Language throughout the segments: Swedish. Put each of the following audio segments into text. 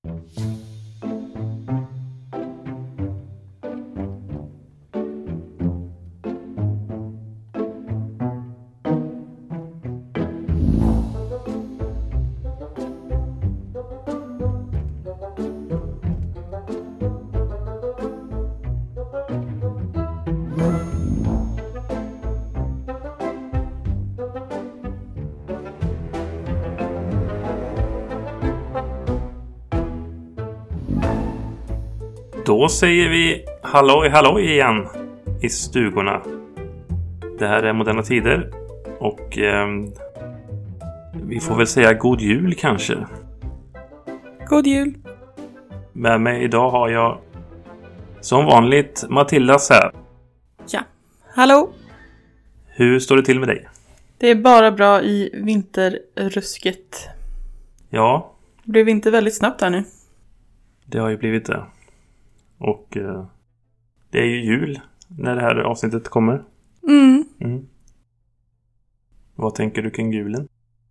Då säger vi halloj halloj igen i stugorna. Det här är Moderna Tider och vi får väl säga god jul kanske. God jul. Med mig idag har jag som vanligt Matildas här. Ja, hallå. Hur står det till med dig? Det är bara bra i vinterrusket. Ja. Det blev vinter väldigt snabbt här nu. Det har ju blivit det. Och det är ju jul när det här avsnittet kommer. Mm. Vad tänker du kring julen?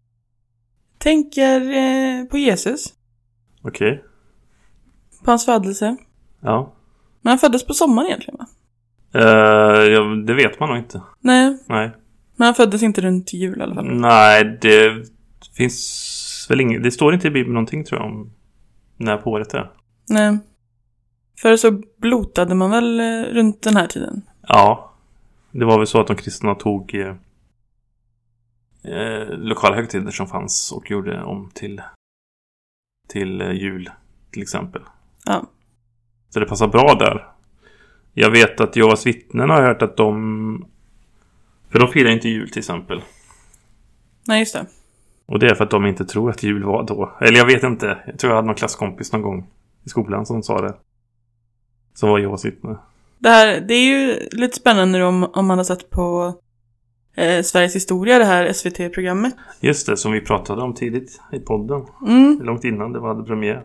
Tänker på Jesus. Okej. På hans födelse. Ja. Men han föddes på sommaren egentligen, va? Ja, det vet man nog inte. Nej. Men han föddes inte runt jul i alla fall. Nej, det finns väl inget. Det står inte i Bibeln någonting tror jag om när på året är. Nej. För så blotade man väl runt den här tiden? Ja, det var väl så att de kristna tog lokala högtider som fanns och gjorde om till jul till exempel. Ja. Så det passar bra där. Jag vet att Jehovas vittnen har hört att för de firar inte jul till exempel. Nej, just det. Och det är för att de inte tror att jul var då. Eller jag vet inte. Jag tror jag hade någon klasskompis någon gång i skolan som sa det. Som var Jehovas vittne. Det är ju lite spännande om man har sett på Sveriges historia, det här SVT-programmet. Just det, som vi pratade om tidigt i podden. Långt innan det hade premiär.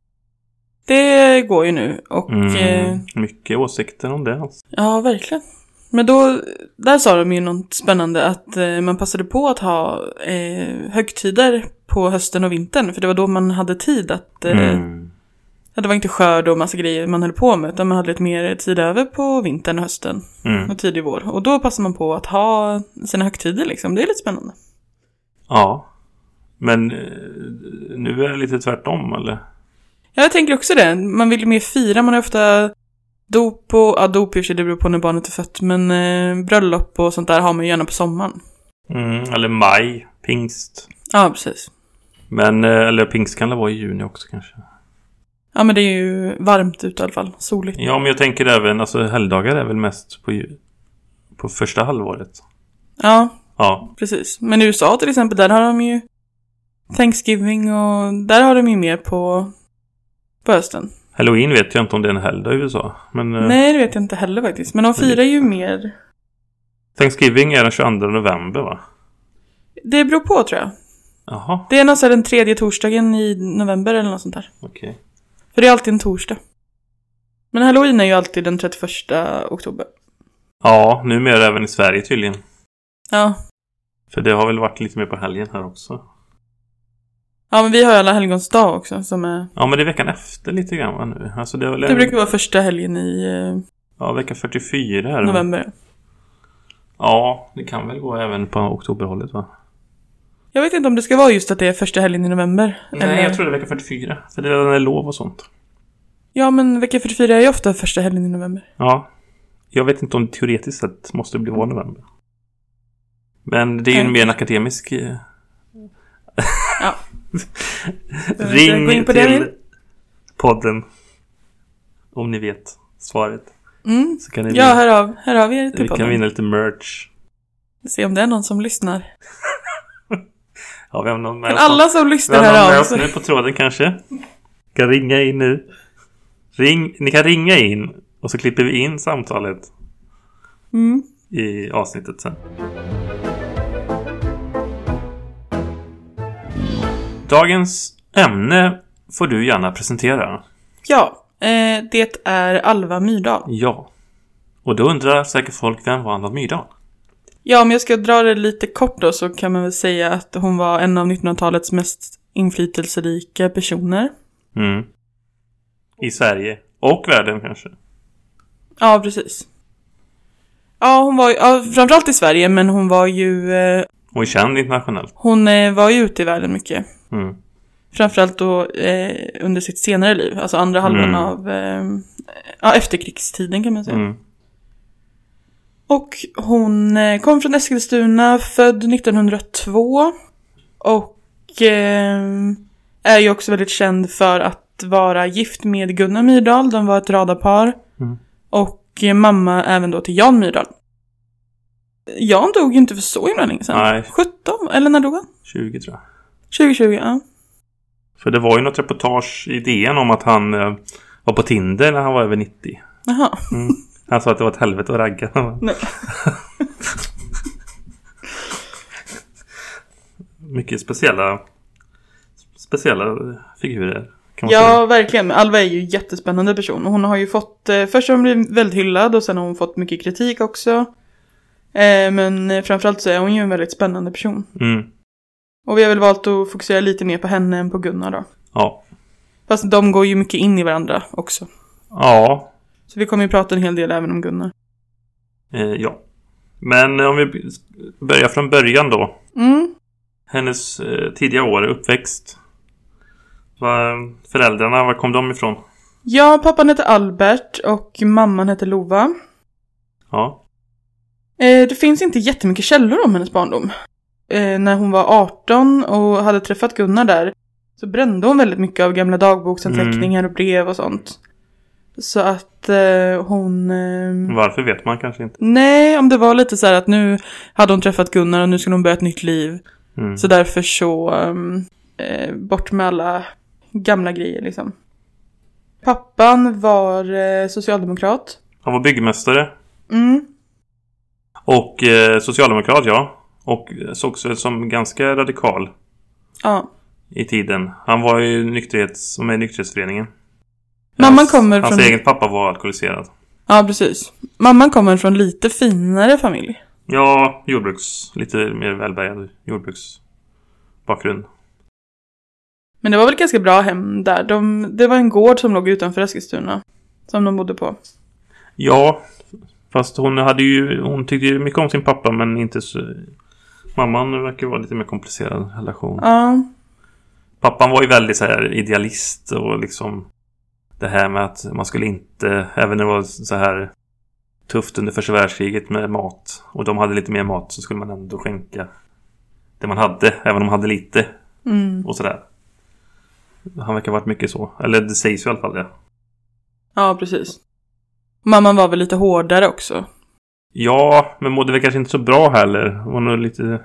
Det går ju nu. Och, mycket åsikter om det. Alltså. Ja, verkligen. Men där sa de ju något spännande att man passade på att ha högtider på hösten och vintern. För det var då man hade tid att... Det var inte skörd och massa grejer man höll på med. Utan man hade lite mer tid över på vintern och hösten. Och tidig vår. Och då passar man på att ha sina högtider liksom. Det är lite spännande. Ja. Men nu är det lite tvärtom, eller? Ja, jag tänker också det. Man vill ju mer fira. Man har ofta dop och... Ja, dop det beror på när barnet är fött. Men bröllop och sånt där har man ju gärna på sommaren. Eller maj, pingst. Ja, precis. Men, eller pingst kan det vara i juni också kanske. Ja, men det är ju varmt ute i alla fall. Soligt. Ja, men jag tänker även, alltså helgdagar är väl mest på första halvåret. Ja, precis. Men i USA till exempel, där har de ju Thanksgiving och där har de ju mer på hösten. Halloween vet jag inte om det är en helgdag i USA. Men, nej, det vet jag inte heller faktiskt. Men de firar ju mer... Thanksgiving är den 22 november, va? Det beror på, tror jag. Jaha. Det är någonstans den 3:e torsdagen i november eller något sånt där. Okej. För det är alltid en torsdag. Men Halloween är ju alltid den 31 oktober. Ja, numera även i Sverige tydligen. Ja. För det har väl varit lite mer på helgen här också. Ja, men vi har ju alla helgons dag också som är... Ja, men det är veckan efter lite grann, va, nu. Alltså det är väl det brukar vara första helgen i... Ja, vecka 44 här. November. Ja, det kan väl gå även på oktoberhållet, va? Jag vet inte om det ska vara just att det är första helgen i november. Nej, eller... jag tror det är vecka 44. För det är lov och sånt. Ja, men vecka 44 är ju ofta första helgen i november. Ja. Jag vet inte om det teoretiskt sett måste bli vår november. Men det är ju mer en akademisk... Ja. Ring till podden. Om ni vet svaret. Så kan ni hör av er till podden. Vi kan vinna lite merch. Se om det är någon som lyssnar. Ja, vi har någon med oss. Alla som lyssnar här av sig. Nu på tråden kanske. Kan ringa in nu. Ni kan ringa in. Och så klipper vi in samtalet. I avsnittet sen. Dagens ämne får du gärna presentera. Ja, det är Alva Myrdal. Ja. Och då undrar säkert folk, vem var Alva Myrdal? Ja, om jag ska dra det lite kort då så kan man väl säga att hon var en av 1900-talets mest inflytelserika personer. i Sverige och världen kanske. Ja, precis. Ja, hon var ju, framförallt i Sverige, men hon var ju... Och är känd internationellt. Hon var ju ute i världen mycket. Mm. Framförallt då under sitt senare liv. Alltså andra halvan av efterkrigstiden kan man säga. Mm. Och hon kom från Eskilstuna, född 1902. Och är ju också väldigt känd för att vara gift med Gunnar Myrdal. De var ett radarpar. Mm. Och mamma även då till Jan Myrdal. Jan dog ju inte för så himla länge sedan. Nej. 17, eller när dog han? 20 tror jag. 2020, ja. För det var ju något reportage i DN om att han var på Tinder när han var över 90. Jaha. Mm. Han sa att det var ett helvete att ragga. Nej. Mycket speciella figurer. Kan man Ja, säga. verkligen. Men Alva är ju en jättespännande person. Och hon har ju fått... först har hon blivit väldigt hyllad och sen har hon fått mycket kritik också. Men framförallt så är hon ju en väldigt spännande person. Mm. Och vi har väl valt att fokusera lite mer på henne än på Gunnar då. Ja. Fast de går ju mycket in i varandra också. Ja. Så vi kommer ju prata en hel del även om Gunnar. Ja. Men om vi börjar från början då. Mm. Hennes tidiga år, uppväxt. Föräldrarna, var kom de ifrån? Ja, pappan heter Albert och mamman heter Lova. Ja. Det finns inte jättemycket källor om hennes barndom. När hon var 18 och hade träffat Gunnar där så brände hon väldigt mycket av gamla dagboksanteckningar och brev och sånt. Så att hon... Varför vet man kanske inte. Nej, om det var lite så här att nu hade hon träffat Gunnar och nu skulle hon börja ett nytt liv. Mm. Så därför så bort med alla gamla grejer liksom. Pappan var socialdemokrat. Han var byggmästare. Mm. Och socialdemokrat, ja. Och sågs väl som ganska radikal Ja. i tiden. Han var ju med i nykterhetsföreningen. Mamman kommer från... Hans egen pappa var alkoholiserad. Ja, precis. Mamman kommer från lite finare familj. Ja, lite mer välbärgad jordbruksbakgrund. Men det var väl ganska bra hem där. Det var en gård som låg utanför Eskilstuna. Som de bodde på. Ja, fast hon tyckte ju mycket om sin pappa, men inte så... Mamman verkar vara lite mer komplicerad relation. Ja. Pappan var ju väldigt så här idealist och liksom det här med att man skulle inte, även när det var så här tufft under första världskriget med mat och de hade lite mer mat, så skulle man ändå skänka det man hade, även om de hade lite och sådär. Han verkar ha varit mycket så, eller det sägs ju i alla fall det. Ja, precis. Mamman var väl lite hårdare också. Ja, men mådde väl kanske inte så bra heller. Var nog lite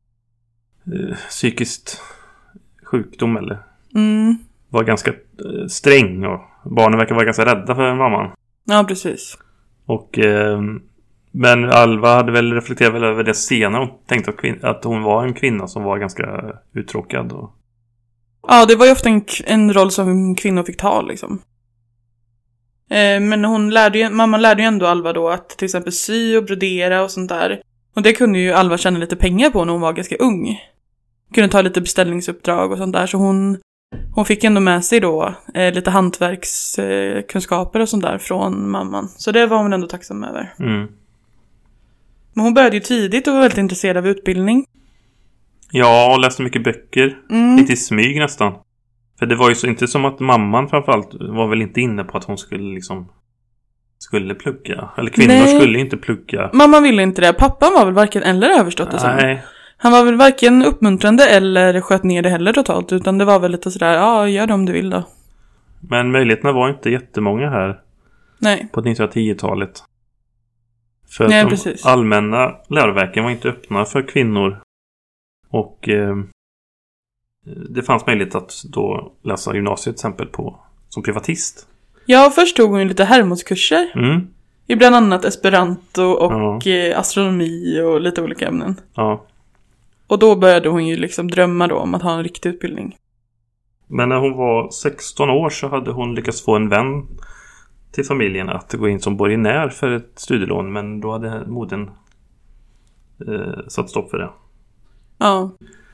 psykiskt sjukdom eller var ganska sträng och barnen verkar vara ganska rädda för mamman. Ja, precis. Och men Alva hade väl reflekterat väl över det senare och tänkte att hon var en kvinna som var ganska uttråkad. Och... Ja, det var ju ofta en roll som kvinnor fick ta liksom. Men mamman lärde ju ändå Alva då att till exempel sy och brodera och sånt där. Och det kunde ju Alva tjäna lite pengar på när hon var ganska ung. Kunde ta lite beställningsuppdrag och sånt där. Så hon fick ändå med sig då lite hantverkskunskaper och sånt där från mamman. Så det var hon ändå tacksam över. Mm. Men hon började ju tidigt och var väldigt intresserad av utbildning. Ja, och läste mycket böcker. Lite i smyg nästan. För det var ju så inte som att mamman framförallt var väl inte inne på att hon skulle plugga. Eller kvinnor skulle inte plugga. Mamman ville inte det. Pappan var väl varken eller överstått det som. Nej. Han var väl varken uppmuntrande eller sköt ner det heller totalt. Utan det var väl lite sådär, ja, gör det om du vill då. Men möjligheterna var inte jättemånga här. Nej. På 1910-talet. För Nej, de precis. allmänna läroverken var inte öppna för kvinnor. Och det fanns möjlighet att då läsa gymnasiet till exempel som privatist. Ja, först tog hon ju lite Hermodskurser. I bland annat Esperanto och astronomi och lite olika ämnen. Ja. Och då började hon ju liksom drömma då om att ha en riktig utbildning. Men när hon var 16 år så hade hon lyckats få en vän till familjen att gå in som borgenär för ett studielån. Men då hade modern satt stopp för det. Ja.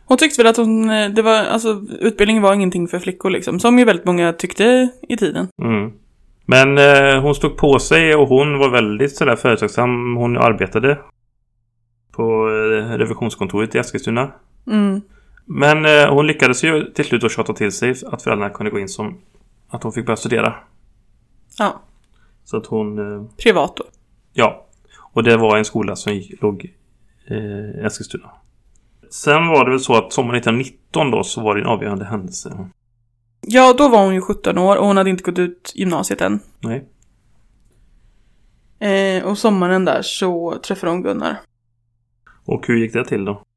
Hon tyckte väl att utbildningen var ingenting för flickor liksom. Som ju väldigt många tyckte i tiden. Mm. Men hon stod på sig och hon var väldigt sådär företagsam. Hon arbetade på revisionskontoret i Eskilstuna. Mm. Men hon lyckades ju till slut att tjata till sig att föräldrarna kunde gå in som att hon fick börja studera. Ja. Så att hon... Privat då? Ja. Och det var en skola som låg i Eskilstuna. Sen var det väl så att sommaren 1919 då så var det en avgörande händelse. Ja, då var hon ju 17 år och hon hade inte gått ut gymnasiet än. Nej. Och sommaren där så träffade hon Gunnar. Och hur gick det till då?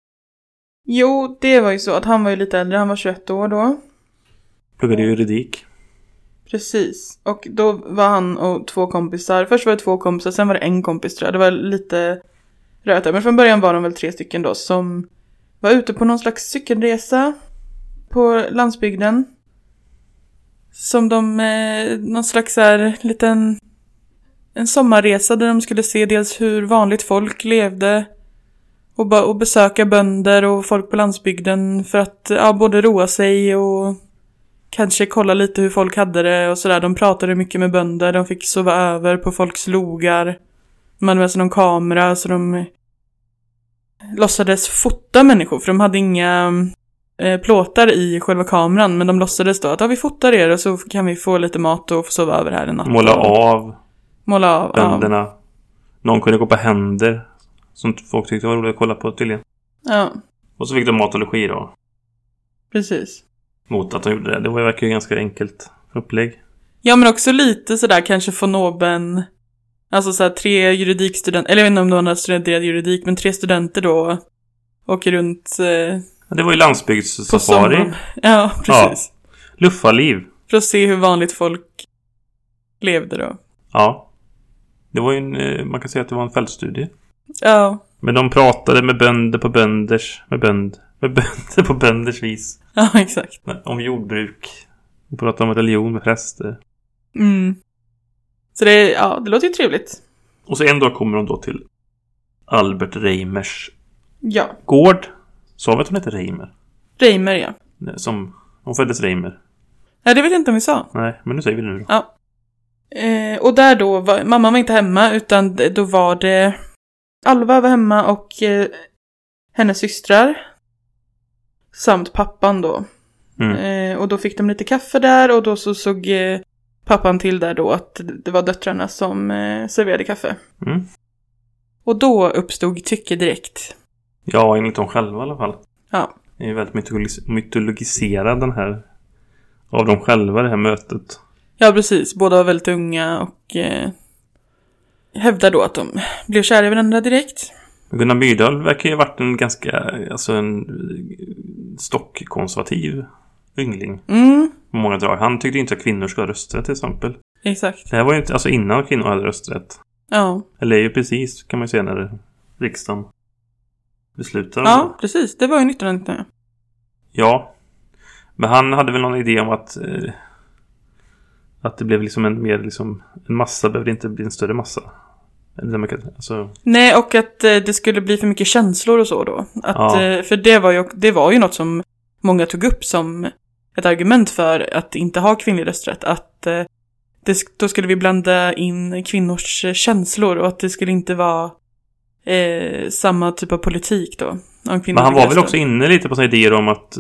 Jo, det var ju så att han var ju lite äldre. Han var 21 år då. Pluggade juridik. Precis. Och då var han och 2 kompisar. Först var det 2 kompisar, sen var det en kompis tror jag. Det var lite röt där. Men från början var de väl 3 stycken då som var ute på någon slags cykelresa på landsbygden. Som någon slags så här liten en sommarresa där de skulle se dels hur vanligt folk levde och besöka bönder och folk på landsbygden för att både roa sig och kanske kolla lite hur folk hade det och sådär. De pratade mycket med bönder, de fick sova över på folks logar. De hade med sig någon kamera så de låtsades fota människor för de hade inga plåtar i själva kameran, men de låtsades då att vi fotar er och så kan vi få lite mat och få sova över här en natt. Måla av bönderna. Ja. Någon kunde gå på händer som folk tyckte var roligt att kolla på tydligen. Ja. Och så fick de mat och logi då. Precis. Mot att de gjorde det. Det var ju verkligen ganska enkelt upplägg. Ja, men också lite sådär kanske få nåben. Alltså såhär 3 juridikstudenter, eller jag vet inte om de hade studerat juridik, men 3 studenter då åker runt det var ju landsbygdssafari. Ja, precis. Ja. Luffarliv. För att se hur vanligt folk levde då. Ja. Det var ju man kan säga att det var en fältstudie. Ja. Men de pratade med bönder på bönder på bönders vis. Ja, exakt. Om jordbruk. De pratade om religion med präster. Mm. Så det låter ju trevligt. Och så en dag kommer de då till Albert Reimers gård. Sa vi att hon heter Reimer? Reimer, ja. Hon föddes Reimer. Ja, det vet jag inte om vi sa. Nej, men nu säger vi det nu då. Ja. Och där då, mamma var inte hemma utan då var det Alva var hemma och hennes systrar. Samt pappan då. Mm. Och då fick de lite kaffe där och då så såg pappan till där då att det var döttrarna som serverade kaffe. Mm. Och då uppstod tycke direkt. Ja, enligt dem själva i alla fall. Ja. Det är väldigt mytologiserad den här av dem själva det här mötet. Ja, precis. Båda var väldigt unga och hävdar då att de blev kära i varandra direkt. Gunnar Myrdal verkar ju ha varit en ganska en stockkonservativ yngling. Mm. Många drag. Han tyckte inte att kvinnor skulle ha rösträtt till exempel. Exakt. Det här var ju inte innan kvinnor hade rösträtt. Ja. Eller ju precis kan man ju säga när riksdagen beslutade. Ja, precis. Det var ju 1919. Ja. Men han hade väl någon idé om att det blev liksom en massa behövde inte bli en större massa. Alltså... Nej, och att det skulle bli för mycket känslor och så då. För det var ju något som många tog upp som ett argument för att inte ha kvinnlig rösträtt. Att då skulle vi blanda in kvinnors känslor och att det skulle inte vara samma typ av politik då. Men han var väl också inne lite på såna idéer om att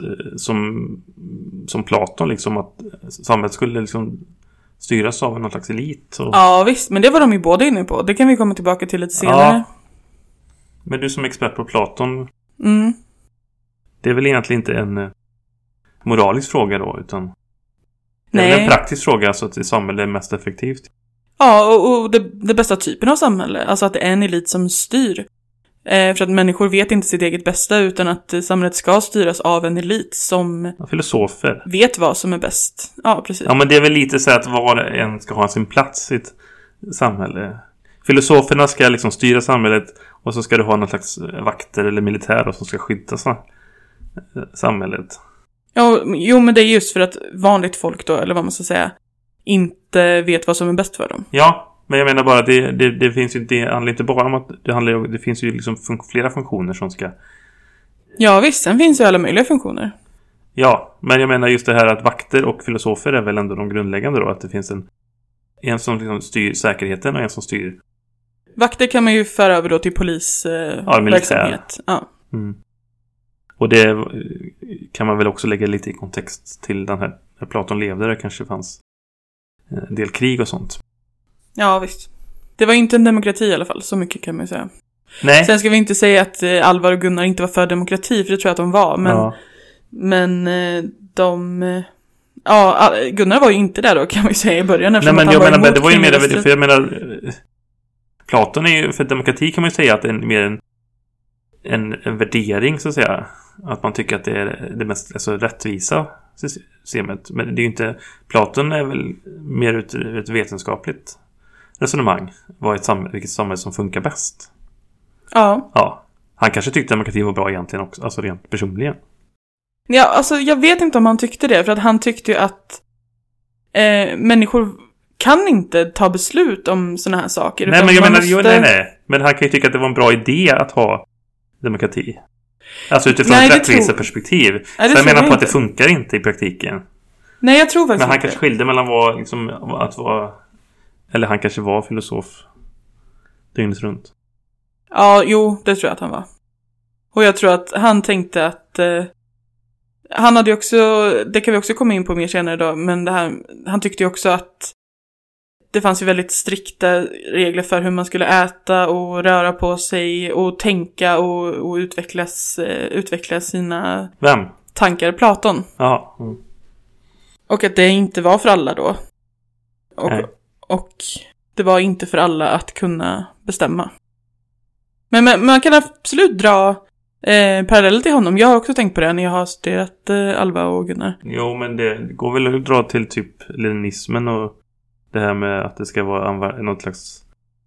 som Platon liksom att samhället skulle liksom styras av någon slags elit. Och... Ja visst, men det var de ju båda inne på. Det kan vi komma tillbaka till lite senare. Ja. Men du som är expert på Platon. Mm. Det är väl egentligen inte en moralisk fråga då, utan det är väl en praktisk fråga så att det samhället är mest effektivt. Ja, och det bästa typen av samhälle. Alltså att det är en elit som styr. För att människor vet inte sitt eget bästa utan att samhället ska styras av en elit som filosofer vet vad som är bäst. Ja, precis. Ja, men det är väl lite så att var en ska ha sin plats i ett samhälle. Filosoferna ska liksom styra samhället och så ska du ha någon slags vakter eller militär som ska skydda samhället. Ja, jo, men det är just för att vanligt folk då, eller vad man ska säga, inte vet vad som är bäst för dem. Ja. Men jag menar bara att det finns ju inte, handlar inte bara om att det finns ju liksom flera funktioner som ska Ja visst, sen finns ju alla möjliga funktioner. Ja, men jag menar just det här att vakter och filosofer är väl ändå de grundläggande då. Att det finns en som liksom styr säkerheten och en som styr... Vakter kan man ju föra över då till polisverksamhet. Ja. Mm. Och det kan man väl också lägga lite i kontext till den här. När Platon levde, det kanske fanns en del krig och sånt. Ja, visst. Det var inte en demokrati i alla fall, så mycket kan man ju säga. Nej. Sen ska vi inte säga att Alvar och Gunnar inte var för demokrati, för det tror jag att de var. Men Gunnar var ju inte där då, kan man ju säga i början. Nej, men jag menar, det var ju mer, för jag menar, Platon är ju, för demokrati kan man ju säga att det är mer en värdering, så att säga. Att man tycker att det är det mest rättvisa systemet. Men det är ju inte, Platon är väl mer ur ett vetenskapligt resonemang. Vilket samhälle som funkar bäst. Ja. Han kanske tyckte att demokrati var bra egentligen också, alltså rent personligen. Ja, alltså jag vet inte om han tyckte det, för att han tyckte ju att människor kan inte ta beslut om såna här saker. Nej, men jag menar, nej. Men han kan ju tycka att det var en bra idé att ha demokrati. Alltså utifrån ett rättviseperspektiv. Så jag menar på att det funkar inte i praktiken. Nej, jag tror faktiskt men han kanske skilde mellan att vara... Eller han kanske var filosof dygnet runt. Ja, jo, det tror jag att han var. Och jag tror att han tänkte att... han hade ju också... Det kan vi också komma in på mer senare då. Men han tyckte ju också att... Det fanns ju väldigt strikta regler för hur man skulle äta och röra på sig och tänka och utveckla sina tankar. Platon. Ja. Mm. Och att det inte var för alla då. Och det var inte för alla att kunna bestämma. Men man kan absolut dra paralleller till honom. Jag har också tänkt på det när jag har studerat Alva och Gunnar. Jo, men det går väl att dra till typ leninismen och det här med att det ska vara något slags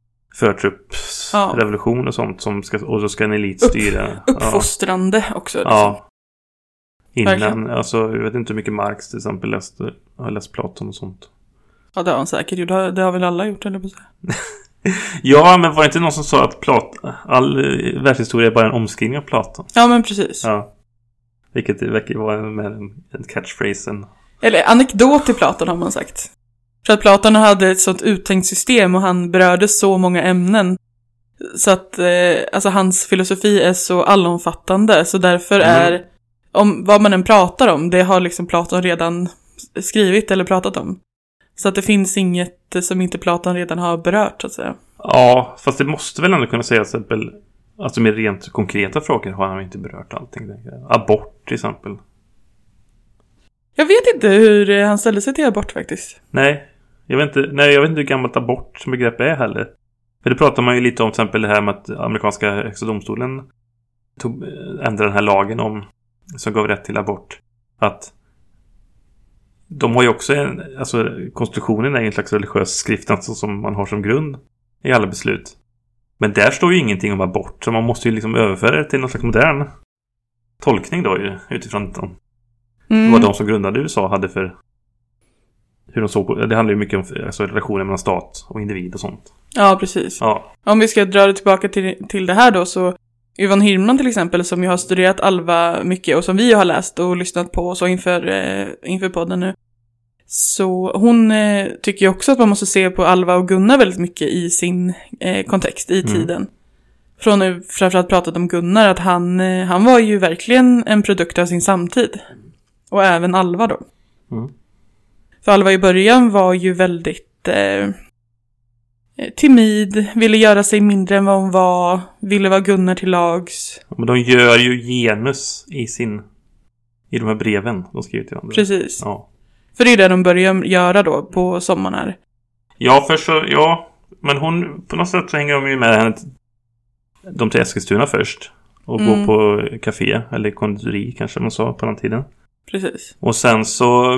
förtruppsrevolution och sånt och så ska en elit styra. Uppfostrande också. Liksom. Ja. Innan, alltså jag vet inte hur mycket Marx till exempel har läst Platon och sånt. Ja, det har han säkert gjort. Det har väl alla gjort, eller på att säga. Ja, men var det inte någon som sa att all världshistoria är bara en omskrivning av Platon? Ja, men precis. Ja. Vilket verkar vara en catchphrase. Eller anekdot till Platon har man sagt. För att Platon hade ett sånt uttänkt system och han berörde så många ämnen. Så att alltså hans filosofi är så allomfattande. Så därför är, om vad man än pratar om, det har liksom Platon redan skrivit eller pratat om. Så att det finns inget som inte Platon redan har berört, så att säga. Ja, fast det måste väl ändå kunna säga till exempel, alltså med rent konkreta frågor har han inte berört allting. Abort till exempel. Jag vet inte hur han ställde sig till abort faktiskt. Nej, jag vet inte hur gammalt abort som begrepp är heller. För det pratar man ju lite om till exempel det här med att amerikanska högsta domstolen ändrade den här lagen som gav rätt till abort. Att de har ju också konstitutionen är en slags religiös skrift alltså, som man har som grund i alla beslut. Men där står ju ingenting om abort, så man måste ju liksom överföra det till någon slags modern tolkning då ju, utifrån vad de som grundade USA hade för hur de såg på. Det handlar ju mycket om relationer mellan stat och individ och sånt. Ja, precis. Ja. Om vi ska dra det tillbaka till det här då, så Yvonne Hirdman till exempel, som ju har studerat Alva mycket och som vi har läst och lyssnat på så inför podden nu. Så hon tycker ju också att man måste se på Alva och Gunnar väldigt mycket i sin kontext i tiden. Från nu framförallt pratat om Gunnar, att han var ju verkligen en produkt av sin samtid. Och även Alva då. För Alva i början var ju väldigt timid, ville göra sig mindre än vad hon var, ville vara Gunnar till lags. Men de gör ju genus i de här breven de skriver till varandra. Precis. Ja. För det är det de börjar göra då på sommaren här. Ja, men hon på något sätt så hänger de ju med henne de till Eskilstuna först och går på café eller konditori kanske man sa på den tiden. Precis. Och sen så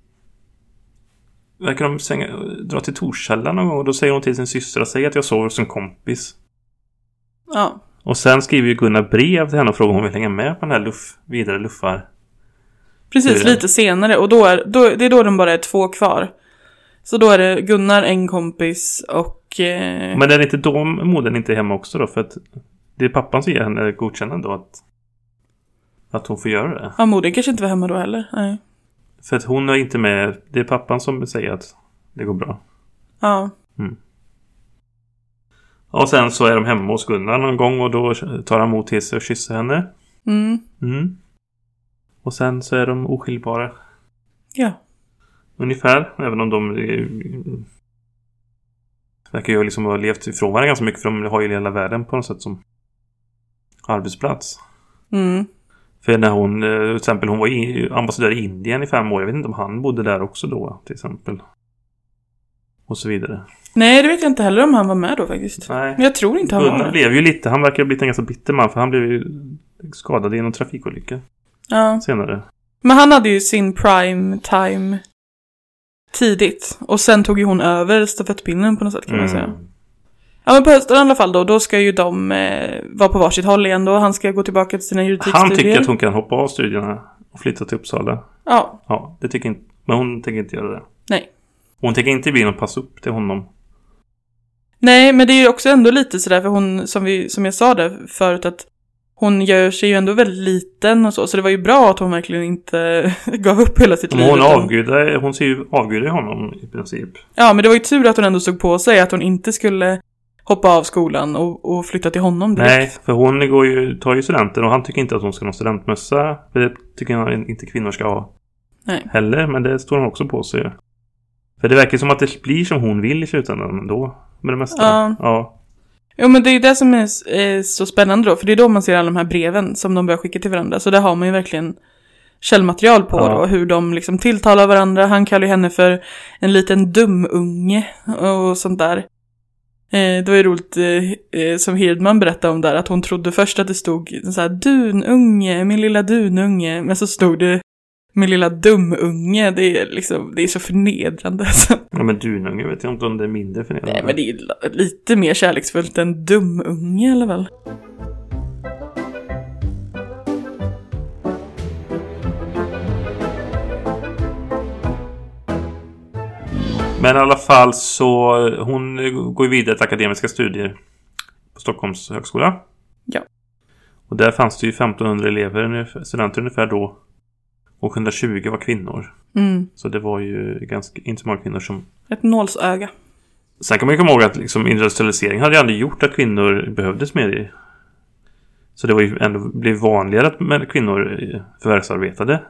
verkar de dra till Torshälla någon gång och då säger hon till sin syster att jag sover som kompis. Ja. Och sen skriver ju Gunnar brev till henne och frågar om hon vill hänga med på den här vidare luffar. Precis, lite senare. Och det är då de bara är 2 kvar. Så då är det Gunnar, en kompis och... Men är det inte då modern inte är hemma också då? För att det är pappan som ger henne godkännande då att... att hon får göra det. Ja, modern kanske inte var hemma då heller. Nej. För att hon är inte med. Det är pappan som säger att det går bra. Ja. Mm. Och sen så är de hemma hos Gunnar någon gång. Och då tar han emot till sig och kysser henne. Mm. Och sen så är de oskiljbara. Ja. Ungefär. Även om de verkar ju liksom ha levt ifrån varandra ganska mycket. För de har ju hela världen på något sätt som arbetsplats. För när hon, till exempel, hon var ambassadör i Indien i 5 år. Jag vet inte om han bodde där också då, till exempel. Och så vidare. Nej, det vet jag inte heller om han var med då faktiskt. Nej. Men jag tror inte han var Gunnar med. Blev ju lite, han verkar ha blivit en ganska bitter man. För han blev ju skadad i en trafikolycka. Ja. Senare. Men han hade ju sin prime time tidigt. Och sen tog ju hon över stafettpinnen på något sätt kan man säga. Ja, men på hösten i alla fall då ska ju de vara på varsitt håll igen då. Han ska gå tillbaka till sina juridikstudier. Han tycker att hon kan hoppa av studierna och flytta till Uppsala. Ja. Ja, det tycker inte. Men hon tänker inte göra det. Nej. Hon tänker inte bli någon pass upp till honom. Nej, men det är ju också ändå lite sådär för hon, som jag sa där förut, att hon gör sig ju ändå väldigt liten och så det var ju bra att hon verkligen inte gav upp hela sitt liv. Hon ser ju avgudar honom i princip. Ja, men det var ju tur att hon ändå stod på sig att hon inte skulle hoppa av skolan och flytta till honom direkt. Nej, för hon tar ju studenten och han tycker inte att hon ska ha studentmössa. För det tycker han inte kvinnor ska ha. Nej. Heller, men det står hon också på sig. För det verkar som att det blir som hon vill i slutändan då. Med det mesta. Ja. Jo, men det är ju det som är så spännande då. För det är då man ser alla de här breven som de börjar skicka till varandra. Så där har man ju verkligen källmaterial på då. Hur de liksom tilltalar varandra. Han kallar ju henne för en liten dumunge och sånt där. Det var ju roligt som Hirdman berättade om där. Att hon trodde först att det stod så här, dununge, min lilla dununge. Men så stod det min lilla dumunge. Det är så förnedrande. Ja, men dununge vet jag inte om det är mindre förnedrande. Nej, men det är lite mer kärleksfullt än dumunge i alla fall. Men i alla fall så hon går vidare till akademiska studier på Stockholms högskola. Ja. Och där fanns det ju 1500 elever, studenter ungefär då. Och 120 var kvinnor. Så det var ju inte så många kvinnor som... Ett nålsöga. Sen kan man ju komma ihåg att liksom, industrialisering hade ju aldrig gjort att kvinnor behövdes mer i. Så det var ju ändå blev vanligare att kvinnor förvärvsarbetade.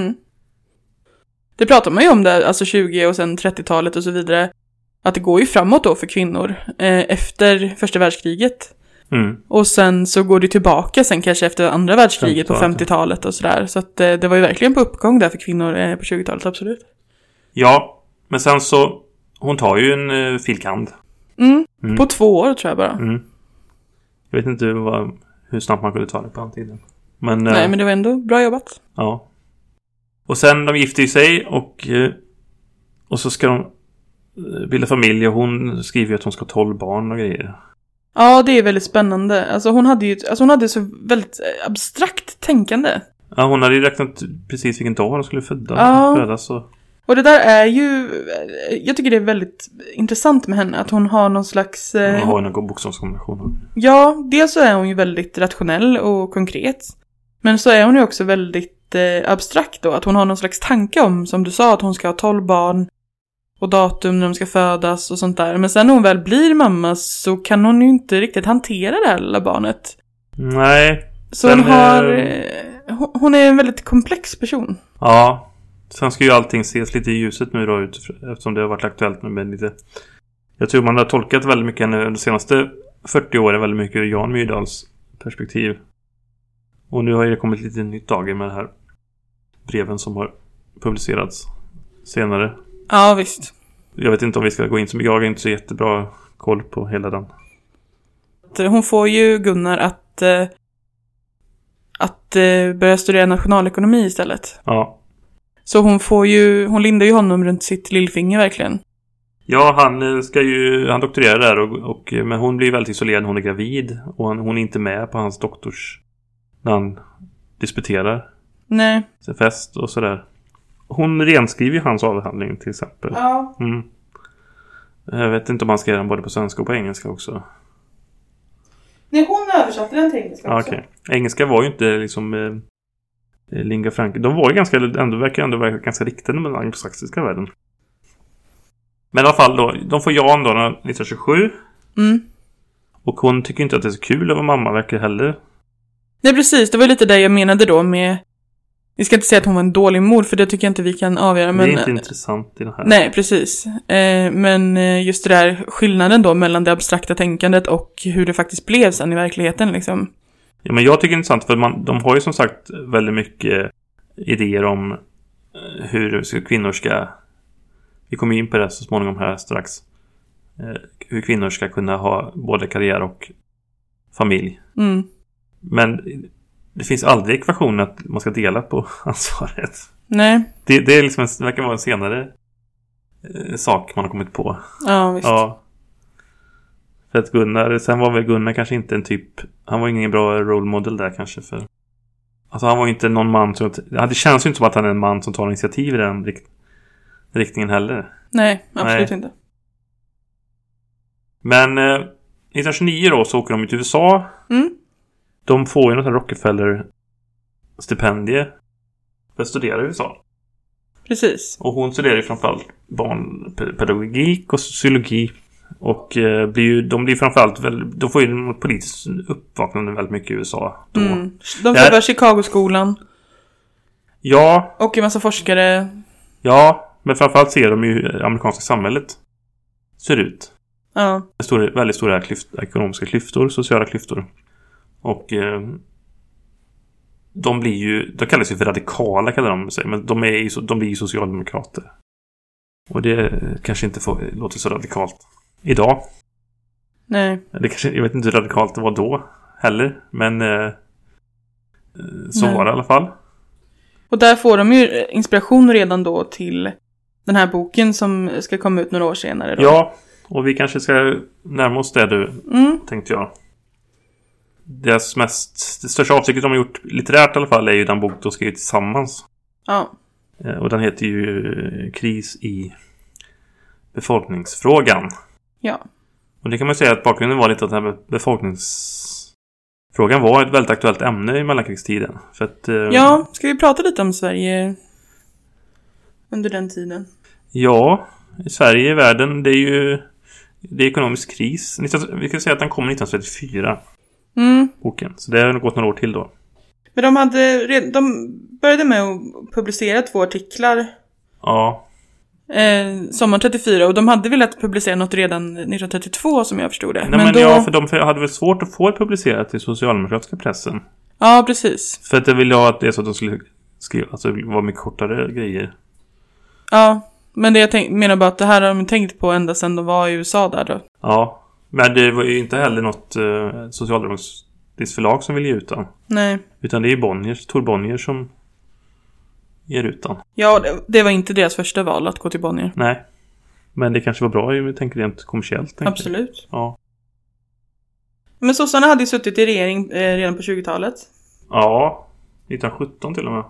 Det pratar man ju om där, alltså 20 och sen 30-talet och så vidare. Att det går ju framåt då för kvinnor efter första världskriget. Och sen så går det tillbaka sen kanske efter andra världskriget på 50-talet och sådär. Så att det var ju verkligen på uppgång där för kvinnor på 20-talet, absolut. Ja, men sen så hon tar ju en filkand. På 2 år tror jag bara. Jag vet inte hur snabbt man kunde ta det på den tiden. Men, nej, men det var ändå bra jobbat. Ja. Och sen de gifter ju sig och så ska de bilda familj och hon skriver ju att hon ska ha 12 barn och grejer. Ja, det är väldigt spännande. Alltså hon hade så väldigt abstrakt tänkande. Ja, hon hade ju räknat precis vilken dag hon skulle födas. Och det där är ju... Jag tycker det är väldigt intressant med henne. Att hon har någon slags... Hon har någon bokstavskombination. Ja, dels så är hon ju väldigt rationell och konkret. Men så är hon ju också väldigt abstrakt då. Att hon har någon slags tanke om, som du sa, att hon ska ha 12 barn. Och datum när de ska födas och sånt där. Men sen när hon väl blir mamma så kan hon ju inte riktigt hantera det här lilla barnet. Nej. Så hon är en väldigt komplex person. Ja. Sen ska ju allting ses lite i ljuset nu då, eftersom det har varit aktuellt med lite... Jag tror man har tolkat väldigt mycket de senaste 40 åren väldigt mycket ur Jan Myrdals perspektiv. Och nu har det kommit lite nytt dagar med det här breven som har publicerats senare. Ja, visst. Jag vet inte om vi ska gå in så mycket. Jag har inte så jättebra koll på hela den. Hon får ju Gunnar att börja studera nationalekonomi istället. Ja. Så hon lindar ju honom runt sitt lillfinger verkligen. Ja, han doktorerar där men hon blir väldigt isolerad när hon är gravid. Och hon är inte med på hans doktors när han disputerar. Nej. Sin fest och sådär. Hon renskriver ju hans avhandling till exempel. Ja. Jag vet inte om han ska göra den både på svenska och på engelska också. Nej, hon översatte den till engelska också. Okej. Engelska var ju inte liksom Lingua Franca. De var ju verkar ändå vara ganska riktade med den anglosaxiska världen. Men i alla fall då, de får Jan då 1927. Och hon tycker inte att det är så kul att vara mamma verkar heller. Nej, precis. Det var lite det jag menade då med... Vi ska inte säga att hon var en dålig mor, för det tycker jag inte vi kan avgöra. Men... Det är inte intressant i det här. Nej, precis. Men just det där skillnaden då mellan det abstrakta tänkandet och hur det faktiskt blev sen i verkligheten liksom. Ja, men jag tycker det är intressant för de har ju som sagt väldigt mycket idéer om hur kvinnor ska... Vi kommer in på det så småningom här strax. Hur kvinnor ska kunna ha både karriär och familj. Men det finns aldrig ekvationen att man ska dela på ansvaret. Nej. Det är liksom det verkar vara en senare sak man har kommit på. Ja, visst. Ja. För att sen var väl Gunnar kanske inte en typ... Han var ingen bra role model där kanske för... Alltså han var inte någon man som... Det känns ju inte som att han är en man som tar initiativ i den riktningen heller. Nej, absolut inte. Men 1929 då så åker de till USA. De får ju något Rockefeller-stipendie för att studera i USA. Precis. Och hon studerar ju framförallt barnpedagogik och sociologi. Och de blir framförallt de får ju något politiskt uppvaknande väldigt mycket i USA då. De träffar Chicago-skolan. Ja. Och en massa forskare. Ja, men framförallt ser de ju amerikanska samhället ser ut. Ja. Väldigt stora ekonomiska klyftor, sociala klyftor. Och de kallas ju för radikala kallar de sig, men de blir ju socialdemokrater. Och det kanske inte låter så radikalt idag. Nej. Jag vet inte hur radikalt det var då heller, men så var det i alla fall. Och där får de ju inspiration redan då till den här boken som ska komma ut några år senare då. Ja, och vi kanske ska närma oss det tänkte jag. Det största avtrycket de har gjort litterärt i alla fall är ju den bok de skrivit tillsammans. Ja. Och den heter ju Kris i befolkningsfrågan. Ja. Och det kan man säga att bakgrunden var lite att den här befolkningsfrågan var ett väldigt aktuellt ämne i mellankrigstiden. För att, ja, ska vi prata lite om Sverige under den tiden? Ja, i Sverige, i världen, det är ekonomisk kris. Vi kan säga att den kom 1934. Boken. Så det har gått några år till då. Men de började med att publicera 2 artiklar. Ja. Sommar 34. Och de hade velat publicera något redan 1932 som jag förstod det. Nej, ja, för de hade väl svårt att få det publicerat i socialdemokratiska pressen. Ja, precis. För att det ville jag att det är så att de skulle skriva, alltså det var mycket kortare grejer. Ja, men det jag menar bara att det här har de tänkt på ända sedan de var i USA där då. Ja, men det var ju inte heller något socialdemokratiskt förlag som ville ge ut den. Nej. Utan det är Tor Bonnier som ger ut den. Ja, det var inte deras första val att gå till Bonnier. Nej, men det kanske var bra, jag tänker rent kommersiellt. Absolut. Ja. Men sossarna hade ju suttit i regering redan på 20-talet. Ja, 1917 till och med.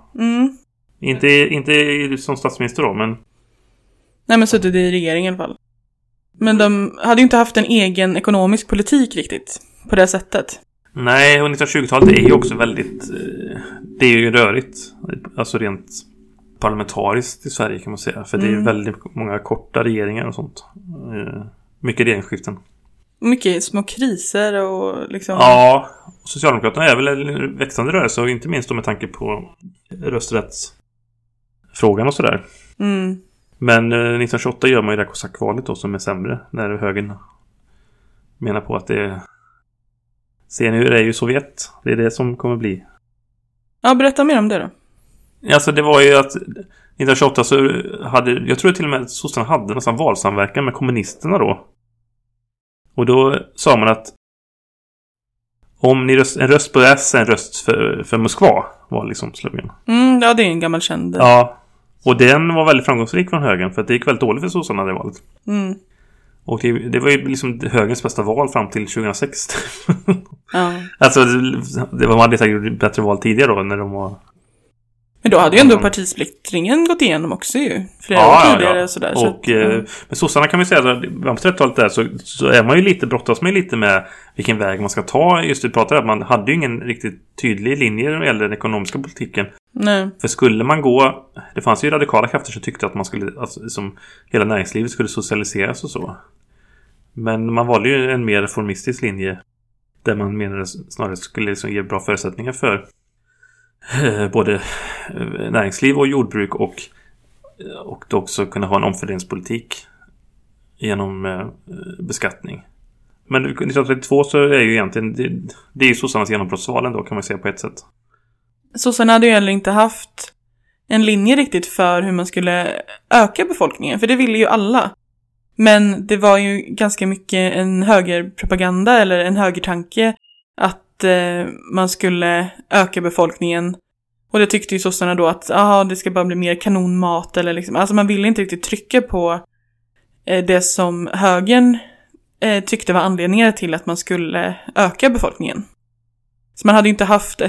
Inte som statsminister då, men... Nej, men suttit i regering i alla fall. Men de hade ju inte haft en egen ekonomisk politik riktigt på det sättet. Nej, och 1920-talet är ju också väldigt... Det är ju rörigt. Alltså rent parlamentariskt i Sverige kan man säga. För det är ju väldigt många korta regeringar och sånt. Mycket regeringsskiften. Mycket små kriser och liksom... Ja, Socialdemokraterna är väl en växande rörelse. Och inte minst då med tanke på rösträttsfrågan och sådär. Men 1928 gör man ju det här kosackvalet då som är sämre. När högern menar på att det... Ser ni hur det är ju Sovjet. Det är det som kommer bli. Ja, berätta mer om det då. Alltså det var ju att 1928 så hade... Jag tror till och med att sossarna hade nästan valsamverkan med kommunisterna då. Och då sa man att om ni en röst på S är en röst för Moskva var liksom slogan. Ja, det är en gammal känd. Ja, och den var väldigt framgångsrik från högern för att det gick väldigt dåligt för sossarna det valet. Och det var ju liksom högerns bästa val fram till 2006. Ja. Alltså, de hade säkert gjort bättre val tidigare då när de var... Men då hade ju ändå partisplittringen gått igenom också ju. Flera år tidigare. Ja. Sådär, och, men sossarna kan vi säga, på 30-talet där så är man ju lite, brottas med lite med vilken väg man ska ta. Just det, pratade att man hade ju ingen riktigt tydlig linje när det gäller den ekonomiska politiken. Nej. För skulle man gå, det fanns ju radikala krafter som tyckte att man skulle, alltså, som hela näringslivet skulle socialiseras och så. Men man valde ju en mer reformistisk linje där man menade snarare skulle liksom ge bra förutsättningar för både näringsliv och jordbruk och då också kunna ha en omfördelningspolitik genom beskattning. Men 1932 så är ju egentligen det är ju sossarnas genombrottsvalen då, kan man säga på ett sätt. Sossarna hade ju heller inte haft en linje riktigt för hur man skulle öka befolkningen, för det ville ju alla. Men det var ju ganska mycket en högerpropaganda eller en högertanke att man skulle öka befolkningen. Och det tyckte ju sossarna då att det ska bara bli mer kanonmat eller liksom. Alltså man ville inte riktigt trycka på det som högern tyckte var anledningar till att man skulle öka befolkningen. Så man hade ju inte haft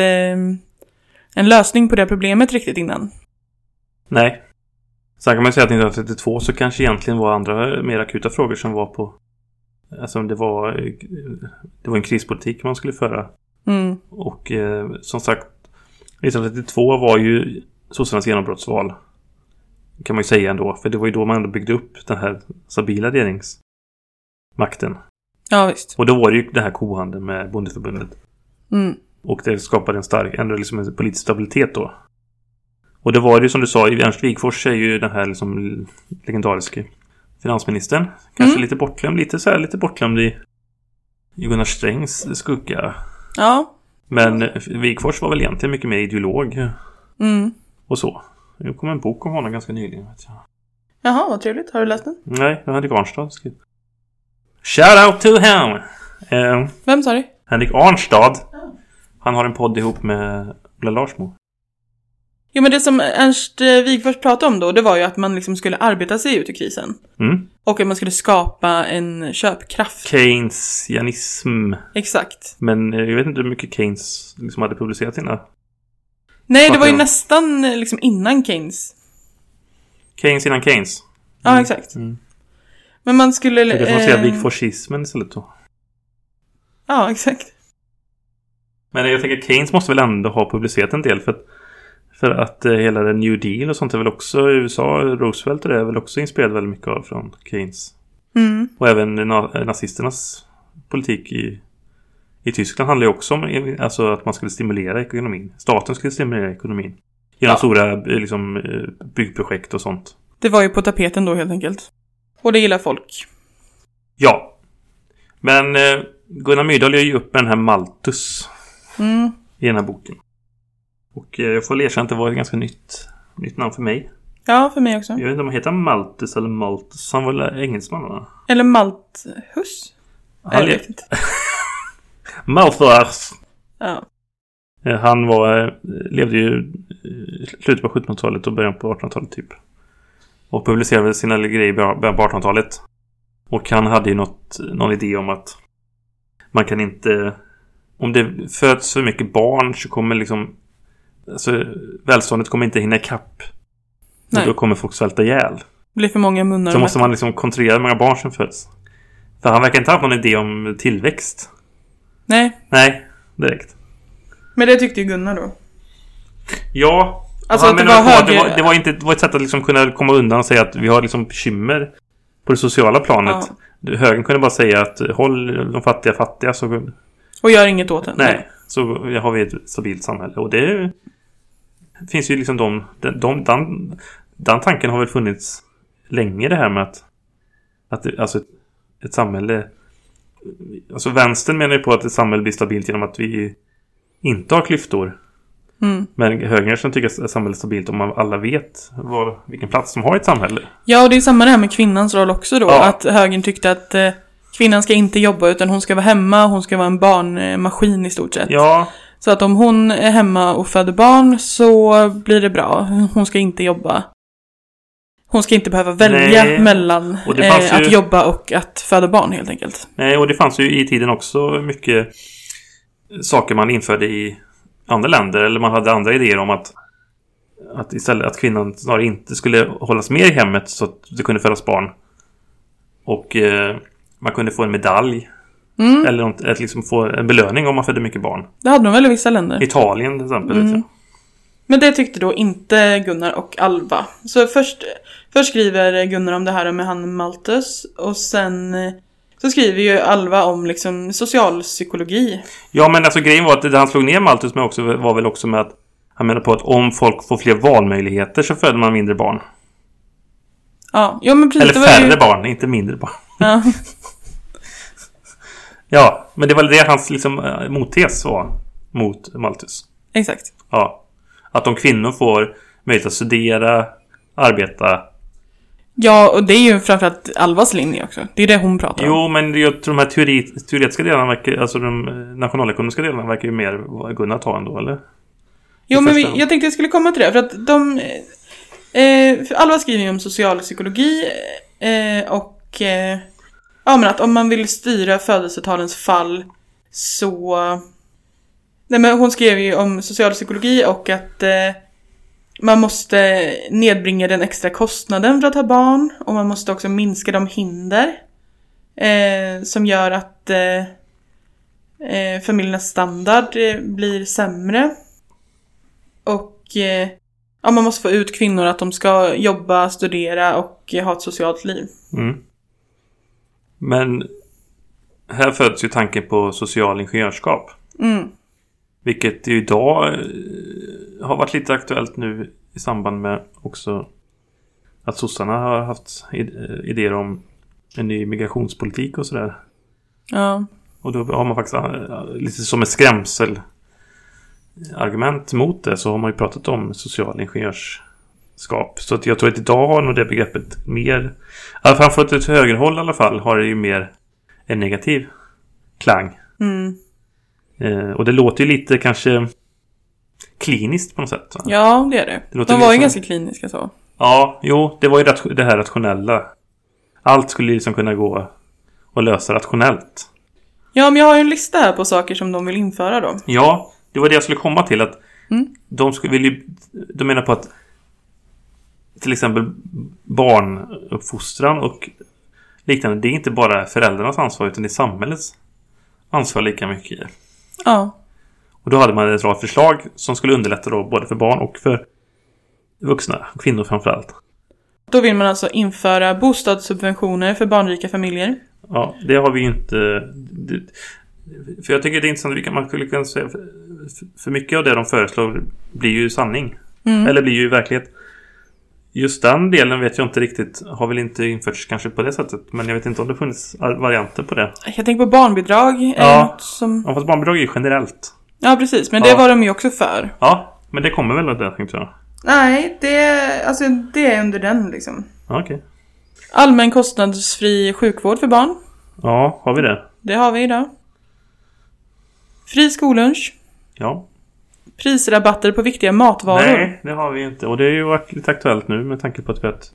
en lösning på det problemet riktigt innan. Nej. Sen kan man säga att 1932 så kanske egentligen var andra mer akuta frågor som var på... Alltså det var en krispolitik man skulle föra. Mm. Och som sagt, 1932 var ju sossarnas genombrottsval. Kan man ju säga ändå. För det var ju då man ändå byggde upp den här stabila regeringsmakten. Ja, visst. Och då var det ju den här kohandeln med bondeförbundet. Mm. Och det skapade en stark, ändå liksom en politisk stabilitet då. Och det var ju som du sa, Ernst Wigforss är ju den här liksom legendariska finansministern. Kanske lite bortglömd, lite bortglömd i Gunnar Strängs skugga. Ja. Men Wigforss var väl egentligen mycket mer ideolog. Mm. Och så. Det kom en bok om honom ganska nyligen. Vet jag. Jaha, vad trevligt. Har du läst den? Nej, Henrik Arnstad skrivit. Shout out to him! Vem sa du? Henrik Arnstad. Han har en podd ihop med Ola Larsmo. Jo, men det som Ernst Wigforss pratade om då, det var ju att man liksom skulle arbeta sig ut ur krisen. Mm. Och att man skulle skapa en köpkraft. Keynesianism. Exakt. Men jag vet inte hur mycket Keynes liksom hade publicerat sina. Nej, det var ju nästan liksom innan Keynes. Keynes innan Keynes. Ja, exakt. Mm. Men man skulle... Det kan man säga Wigforssismen istället då. Ja, exakt. Men jag tänker Keynes måste väl ändå ha publicerat en del för att hela den New Deal och sånt är väl också i USA, Roosevelt och det är väl också inspirerad väldigt mycket av från Keynes. Mm. Och även nazisternas politik i Tyskland handlar ju också om alltså att man skulle stimulera ekonomin. Staten skulle stimulera ekonomin. Genom stora liksom, byggprojekt och sånt. Det var ju på tapeten då helt enkelt. Och det gillar folk. Ja. Men Gunnar Myrdal gör ju upp med den här Malthus i den här boken. Och jag får erkänna att det var ett ganska nytt namn för mig. Ja, för mig också. Jag vet inte om han heter Malthus eller Malthus. Han var väl engelsman, va? Eller Malthus? Jag vet inte. Malthus. Ja. Han levde ju slutet på 1700-talet och början på 1800-talet typ. Och publicerade sina grejer i början på 1800-talet. Och han hade ju någon idé om att man kan inte... Om det föds för mycket barn så kommer liksom... Alltså, välståndet kommer inte hinna ikapp. Och då kommer folk svälta ihjäl. Det blir för många munnar. Så måste man liksom kontrollera hur många barn som föds. För han verkar inte ha någon idé om tillväxt. Nej, direkt. Men det tyckte ju Gunnar då. Ja. Alltså att det var ett sätt att liksom kunna komma undan och säga att vi har liksom bekymmer på det sociala planet. Ja. Högern kunde bara säga att håll de fattiga så... Och gör inget åt det. Nej, så har vi ett stabilt samhälle. Och det finns ju liksom den tanken har väl funnits länge, det här med att alltså ett samhälle... Alltså vänstern menar ju på att ett samhälle blir stabilt genom att vi inte har klyftor. Men högern som tycker att samhället är stabilt om man alla vet vilken plats de har i ett samhälle. Ja, och det är samma det här med kvinnans roll också då. Ja. Att högern tyckte att kvinnan ska inte jobba utan hon ska vara hemma. Hon ska vara en barnmaskin i stort sett. Ja. Så att om hon är hemma och föder barn så blir det bra. Hon ska inte jobba. Hon ska inte behöva välja mellan att jobba och att föda barn helt enkelt. Nej, och det fanns ju i tiden också mycket saker man införde i andra länder. Eller man hade andra idéer om att att istället att kvinnan snarare inte skulle hållas med i hemmet så att det kunde födas barn. Och man kunde få en medalj. Eller att liksom få en belöning om man födde mycket barn. Det hade de väl i vissa länder. Italien till exempel. Men det tyckte då inte Gunnar och Alva. Så först skriver Gunnar om det här med han Malthus. Och sen så skriver ju Alva om liksom socialpsykologi. Ja, men alltså grejen var att det han slog ner Malthus med också var väl också med att han menar på att om folk får fler valmöjligheter så föder man mindre barn. Ja, men precis. Eller färre barn, inte mindre barn. Ja. Ja, men det var det hans liksom mottes var mot Malthus. Exakt. Ja. Att om kvinnor får möjlighet att studera, arbeta. Ja, och det är ju framförallt Alvas linje också. Det är det hon pratar om. Jo, men jag tror de här teoretiska delarna verkar, alltså de nationalekonomiska delarna verkar ju mer Gunnar ta ändå, eller? Jo, men jag tänkte jag skulle komma till det. För att för Alva skriver ju om socialpsykologi och men att om man vill styra födelsetalens fall så... Nej, men hon skrev ju om socialpsykologi och att man måste nedbringa den extra kostnaden för att ha barn. Och man måste också minska de hinder som gör att familjernas standard blir sämre. Och man måste få ut kvinnor att de ska jobba, studera och ha ett socialt liv. Men här föds ju tanken på social ingenjörskap. Vilket ju idag har varit lite aktuellt nu i samband med också att sossarna har haft idéer om en ny migrationspolitik och sådär. Ja. Och då har man faktiskt lite som ett skrämselargument mot det så har man ju pratat om social ingenjörskap. Så att jag tror att idag har nog det begreppet mer, framförallt ett högerhåll i alla fall, har det ju mer en negativ klang. Och det låter ju lite kanske kliniskt på något sätt. Va? Ja, det är det. De var ju ganska kliniska så. Ja, jo, det var ju det här rationella. Allt skulle liksom kunna gå och lösa rationellt. Ja, men jag har ju en lista här på saker som de vill införa då. Ja, det var det jag skulle komma till. Att de menar på att till exempel barnuppfostran och liknande, det är inte bara föräldrarnas ansvar utan det är samhällets ansvar lika mycket. Ja. Och då hade man ett rad förslag som skulle underlätta då både för barn och för vuxna, kvinnor framförallt. Då vill man alltså införa bostadssubventioner för barnrika familjer. Ja, det har vi ju inte... För jag tycker det är intressant. Man skulle kunna säga för mycket av det de föreslår blir ju sanning. Eller blir ju verklighet. Just den delen vet jag inte riktigt. Har väl inte införts kanske på det sättet. Men jag vet inte om det funnits varianter på det. Jag tänker på barnbidrag. Ja, fast barnbidrag är ju generellt. Ja, precis. Men det var de ju också för. Ja, men det kommer väl av det, tänkte jag. Nej, det är under den liksom. Okej. Allmän kostnadsfri sjukvård för barn. Ja, har vi det? Det har vi idag. Fri skollunch. Ja. Prisrabatter på viktiga matvaror. Nej, det har vi inte. Och det har ju varit lite aktuellt nu med tanke på att vi har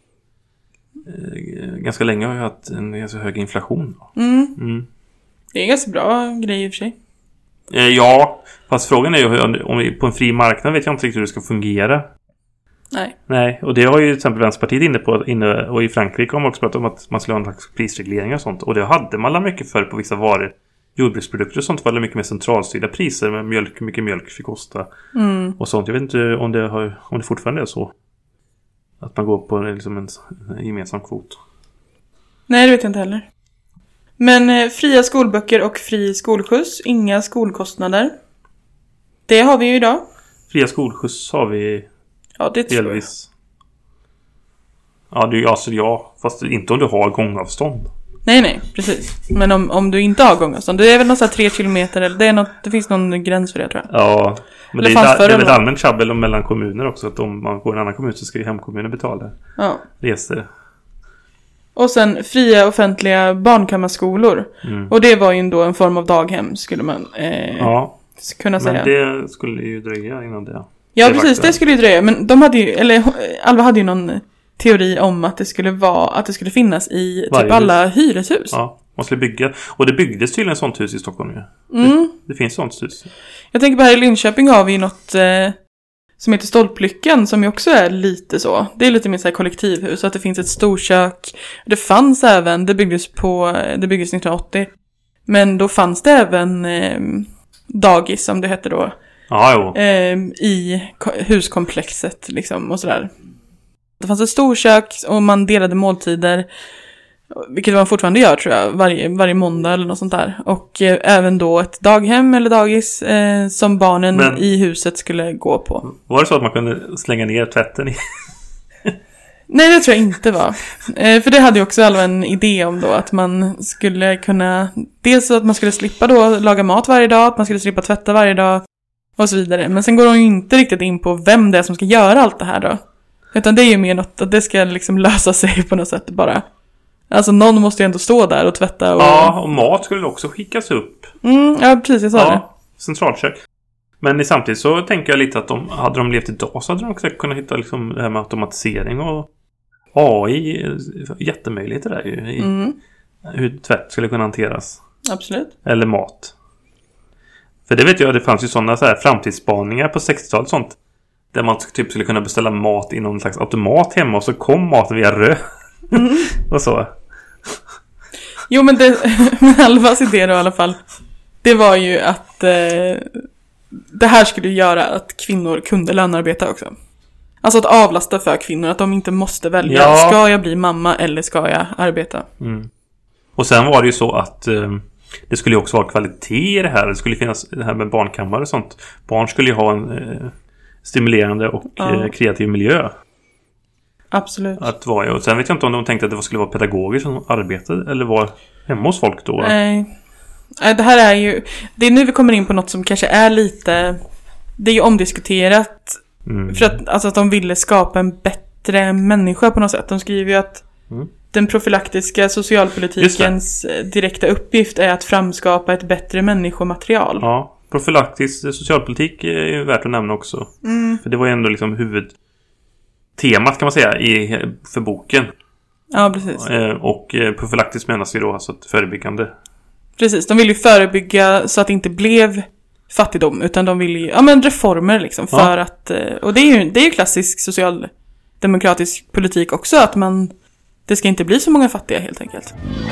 ganska länge har vi haft en ganska hög inflation. Det är en ganska bra grej i och för sig. Ja, fast frågan är ju om vi på en fri marknad vet jag inte riktigt hur det ska fungera. Nej, och det har ju till exempel Vänsterpartiet inne och i Frankrike har man också pratat om att man skulle ha en slags prisreglering och sånt. Och det hade man mycket för på vissa varor. Jordbruksprodukter och sånt var det mycket mer centralstyrda priser med mjölk, hur mycket mjölk fick kosta och sånt. Jag vet inte om det fortfarande är så att man går på liksom en gemensam kvot. Nej, det vet jag inte heller. Men fria skolböcker och fri skolskjuts, inga skolkostnader. Det har vi ju idag. Fria skolskjuts har vi det delvis. Ja, det är alltså fast inte om du har gångavstånd. Nej, precis. Men om du inte har gångavstånd, det är väl något 3 kilometer eller det finns någon gräns för det, tror jag. Ja, men det är ett allmänt tjabbel mellan kommuner också, att om man går en annan kommun så ska ju hemkommunen betala resor. Och sen fria offentliga barnkammarskolor. Och det var ju då en form av daghem, skulle man kunna säga. Men det skulle ju dröja innan det. Ja, precis, det skulle ju dröja. Men de hade ju, Alva hade ju någon teori om att det skulle finnas i typ alla hyreshus. Ja, man skulle bygga. Och det byggdes tydligen ett sånt hus i Stockholm ju. Det finns sånt hus. Jag tänker på här i Linköping har vi något som heter Stolplyckan, som ju också är lite så. Det är lite mer så här kollektivhus, att det finns ett storkök. Det fanns även, det byggdes 1980. Men då fanns det även dagis, som det hette då. I huskomplexet liksom och sådär. Det fanns ett storkök och man delade måltider, vilket man fortfarande gör tror jag, varje måndag eller något sånt där. Och även då ett daghem eller dagis som barnen i huset skulle gå på. Var det så att man kunde slänga ner tvätten i? Nej, det tror jag inte var. För det hade ju också alla en idé om då, att man skulle kunna, dels att man skulle slippa då laga mat varje dag, att man skulle slippa tvätta varje dag och så vidare. Men sen går de ju inte riktigt in på vem det är som ska göra allt det här då. Utan det är ju mer något att det ska liksom lösa sig på något sätt bara. Alltså någon måste ju ändå stå där och tvätta. Ja, och mat skulle också skickas upp. Ja, precis, jag sa det. Centralkök. Men samtidigt så tänker jag lite att hade de levt idag så hade de också kunnat hitta liksom det här med automatisering och AI. Jättemöjligheter där ju. Hur tvätt skulle kunna hanteras. Absolut. Eller mat. För det vet jag, det fanns ju sådana så här framtidsspaningar på 60-talet och sånt. Där man typ skulle kunna beställa mat i någon slags automat hemma och så kom maten via och så. Jo, men Alvas idé då i alla fall, det var ju att det här skulle göra att kvinnor kunde lönearbeta också. Alltså att avlasta för kvinnor, att de inte måste välja. Ja. Ska jag bli mamma eller ska jag arbeta? Och sen var det ju så att det skulle ju också vara kvalitet i det här. Det skulle finnas det här med barnkammare och sånt. Barn skulle ju ha en stimulerande och kreativ miljö. Absolut. Och sen vet jag inte om de tänkte att det skulle vara pedagogiskt som arbete eller var hemma hos folk då. Nej, det här är ju, det är nu vi kommer in på något som kanske är lite, det är ju omdiskuterat. För att de ville skapa en bättre människa på något sätt. De skriver ju att den profylaktiska socialpolitikens direkta uppgift är att framskapa ett bättre människomaterial. Ja, profylaktisk socialpolitik är ju värt att nämna också. För det var ju ändå liksom huvudtemat kan man säga för boken. Ja, precis. Och profylaktiskt menas ju då alltså ett förebyggande. Precis, de vill ju förebygga så att det inte blev fattigdom, utan de vill ju reformer liksom för att, och det är ju klassisk socialdemokratisk politik också, att det ska inte bli så många fattiga helt enkelt.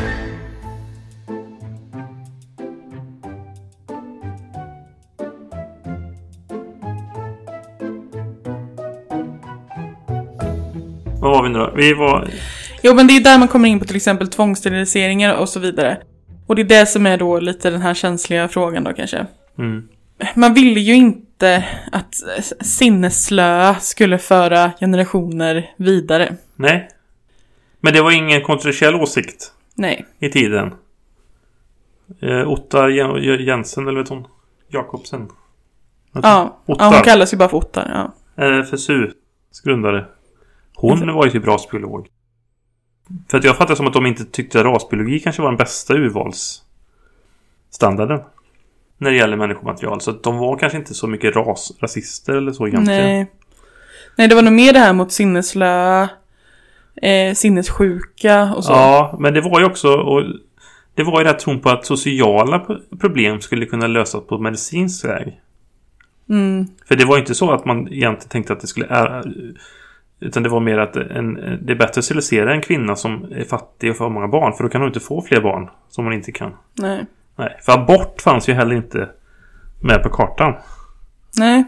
Vad var vi nu då? Jo, men det är där man kommer in på till exempel tvångssteriliseringar och så vidare. Och det är det som är då lite den här känsliga frågan då kanske. Man ville ju inte att sinnesslöa skulle föra generationer vidare. Nej. Men det var ingen kontroversiell åsikt. Nej. I tiden. Ottar Jensen, eller vet hon? Jakobsen. Ja, hon kallas ju bara för Ottar. Ja. FSU grundare. Hon var ju typ rasbiolog. För att jag fattar som att de inte tyckte att rasbiologi kanske var den bästa urvalsstandarden när det gäller människomaterial. Så att de var kanske inte så mycket rasister eller så egentligen. Nej, det var nog mer det här mot sinnesslöa, sinnessjuka och så. Ja, men det var ju också, och det var ju det här tron på att sociala problem skulle kunna lösas på medicinsk väg. För det var ju inte så att man egentligen tänkte att det skulle utan det var mer att det är bättre att sterilisera en kvinna som är fattig och får många barn, för då kan hon inte få fler barn som hon inte kan. Nej. För abort fanns ju heller inte med på kartan. Nej.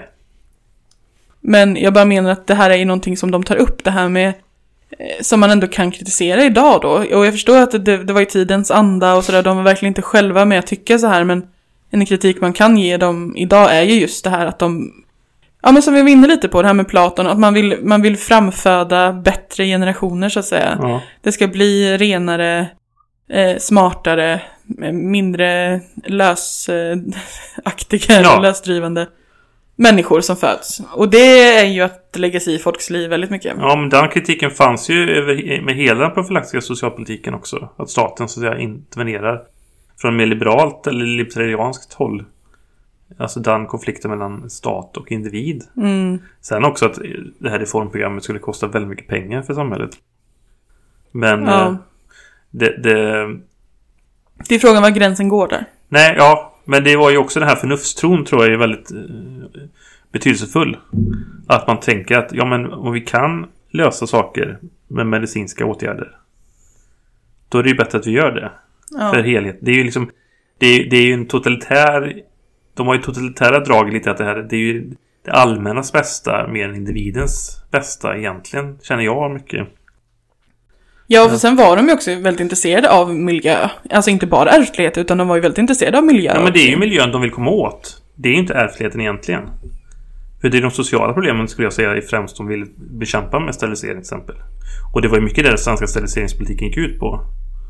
Men jag bara menar att det här är ju någonting som de tar upp, det här med som man ändå kan kritisera idag då. Och jag förstår att det var i tidens anda och sådär, de var verkligen inte själva med att tycka så här, men en kritik man kan ge dem idag är ju just det här att de, ja men som vi var inne lite på det här med Platon, att man vill framföda bättre generationer så att säga. Ja. Det ska bli renare, smartare, mindre lösaktiga, lösdrivande människor som föds. Och det är ju att lägga sig i folks liv väldigt mycket. Ja, men den kritiken fanns ju med hela den profylaktiska socialpolitiken också. Att staten så att säga intervenerar från mer liberalt eller libertarianskt håll. Alltså den konflikten mellan stat och individ. Sen också att det här reformprogrammet skulle kosta väldigt mycket pengar för samhället. Men det är frågan var gränsen går där. Nej, men det var ju också den här förnuftstron tror jag är väldigt betydelsefull. Att man tänker att ja, men om vi kan lösa saker med medicinska åtgärder, då är det ju bättre att vi gör det. Ja. För helhet. Det är ju liksom det är ju en totalitär. De har ju totalitära drag lite att det är ju det allmännas bästa mer än individens bästa egentligen, känner jag mycket. Ja, för sen var de ju också väldigt intresserade av miljö. Alltså inte bara ärftlighet, utan de var ju väldigt intresserade av miljö. Ja, men det är ju miljön de vill komma åt. Det är ju inte ärftligheten egentligen. För det är de sociala problemen, skulle jag säga, främst de vill bekämpa med sterilisering till exempel. Och det var ju mycket där den svenska steriliseringspolitiken gick ut på.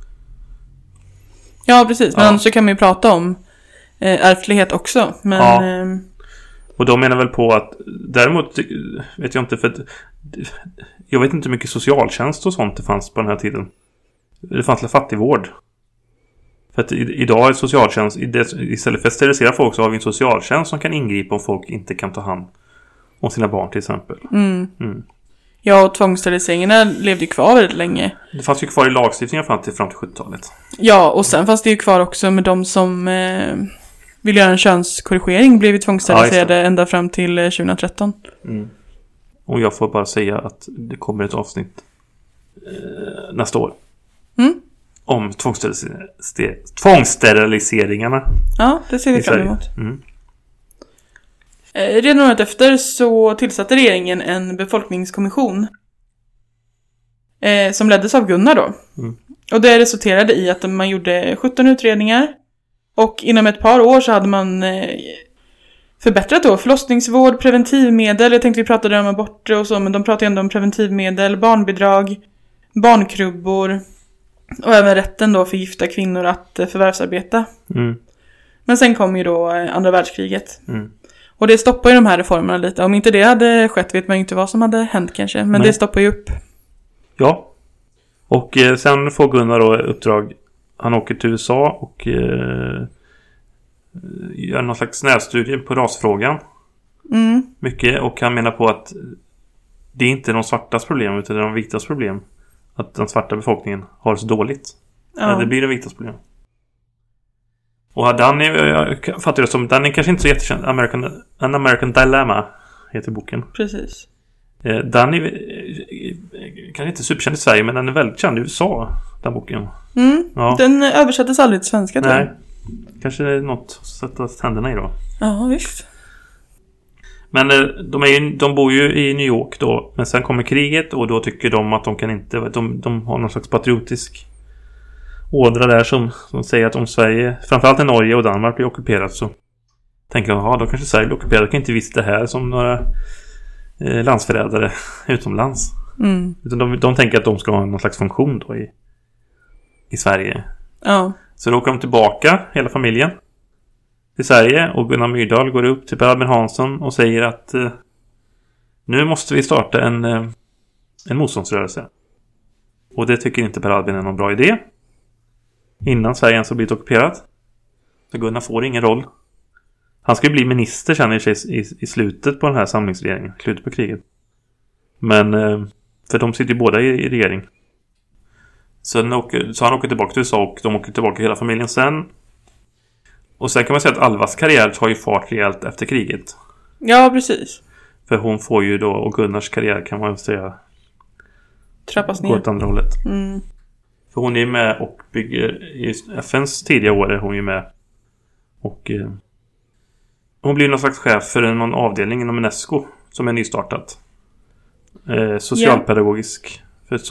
Ja, precis. Men annars så kan man ju prata om ärftlighet också. Men, ja. Och de menar väl på att däremot vet jag inte, för att jag vet inte hur mycket socialtjänst och sånt det fanns på den här tiden. Det fanns väl fattigvård. För att idag är socialtjänst, istället för att sterilisera folk så har vi en socialtjänst som kan ingripa om folk inte kan ta hand om sina barn till exempel. Ja, och tvångssteriliseringarna levde ju kvar väldigt länge. Det fanns ju kvar i lagstiftningen fram till 70-talet. Ja, och sen fanns det ju kvar också med de som vill göra en könskorrigering blev ju tvångssteriliserade ända fram till 2013. Och jag får bara säga att det kommer ett avsnitt nästa år. Om tvångssteriliseringarna. Ja, det ser vi fram emot. Redan året efter så tillsatte regeringen en befolkningskommission som leddes av Gunnar då. Och det resulterade i att man gjorde 17 utredningar och inom ett par år så hade man förbättrat då förlossningsvård, preventivmedel. Jag tänkte vi pratade om abort och så, men de pratade ändå om preventivmedel, barnbidrag, barnkrubbor och även rätten då för gifta kvinnor att förvärvsarbeta. Men sen kom ju då andra världskriget. Och det stoppar ju de här reformerna lite. Om inte det hade skett vet man ju inte vad som hade hänt kanske. Men det stoppar ju upp. Ja. Och sen får Gunnar då uppdrag. Han åker till USA och gör någon slags snävstudie på rasfrågan. Mycket. Och han menar på att det är inte de svartas problem utan det är de vitas problem. Att den svarta befolkningen har det så dåligt. Ja. Det blir de vitas problem. Och Danny, jag fattar det som Danny kanske inte så jättekänd. An American Dilemma heter boken. Precis. Danny kanske inte superkänd i Sverige, men den är väldigt känd i USA, den boken. Ja. Den översattes aldrig till svenska, tror jag. Nej, kanske det är något att sätta tänderna i då. Ja, visst. Men de bor ju i New York då, men sen kommer kriget och då tycker de att de kan inte, de har någon slags patriotisk ådra där som säger att om Sverige, framförallt när Norge och Danmark blir ockuperat, så tänker de, då kanske Sverige blir ockuperat, kan inte visa det här som några landsförrädare utomlands. Utan de tänker att de ska ha någon slags funktion då i Sverige. Ja. Så då åker de tillbaka, hela familjen, till Sverige, och Gunnar Myrdal går upp till Per Albin Hansson och säger att nu måste vi starta en motståndsrörelse. Och det tycker inte Per Albin är någon bra idé. Innan Sverige ens har blivit ockuperat. Så Gunnar får ingen roll. Han ska ju bli minister, känner sig i slutet på den här samlingsregeringen. Slutet på kriget. Men för de sitter ju båda i regering. Så han åker tillbaka till USA och de åker tillbaka hela familjen sen. Och sen kan man säga att Alvas karriär tar ju fart rejält efter kriget. Ja, precis. För hon får ju då, och Gunnars karriär kan man säga trappas ner. Gå åt andra hållet. För hon är med och bygger i FNs tidiga år, är hon ju med. Och hon blir någon slags chef för någon avdelning inom UNESCO som är nystartat. Socialpedagogisk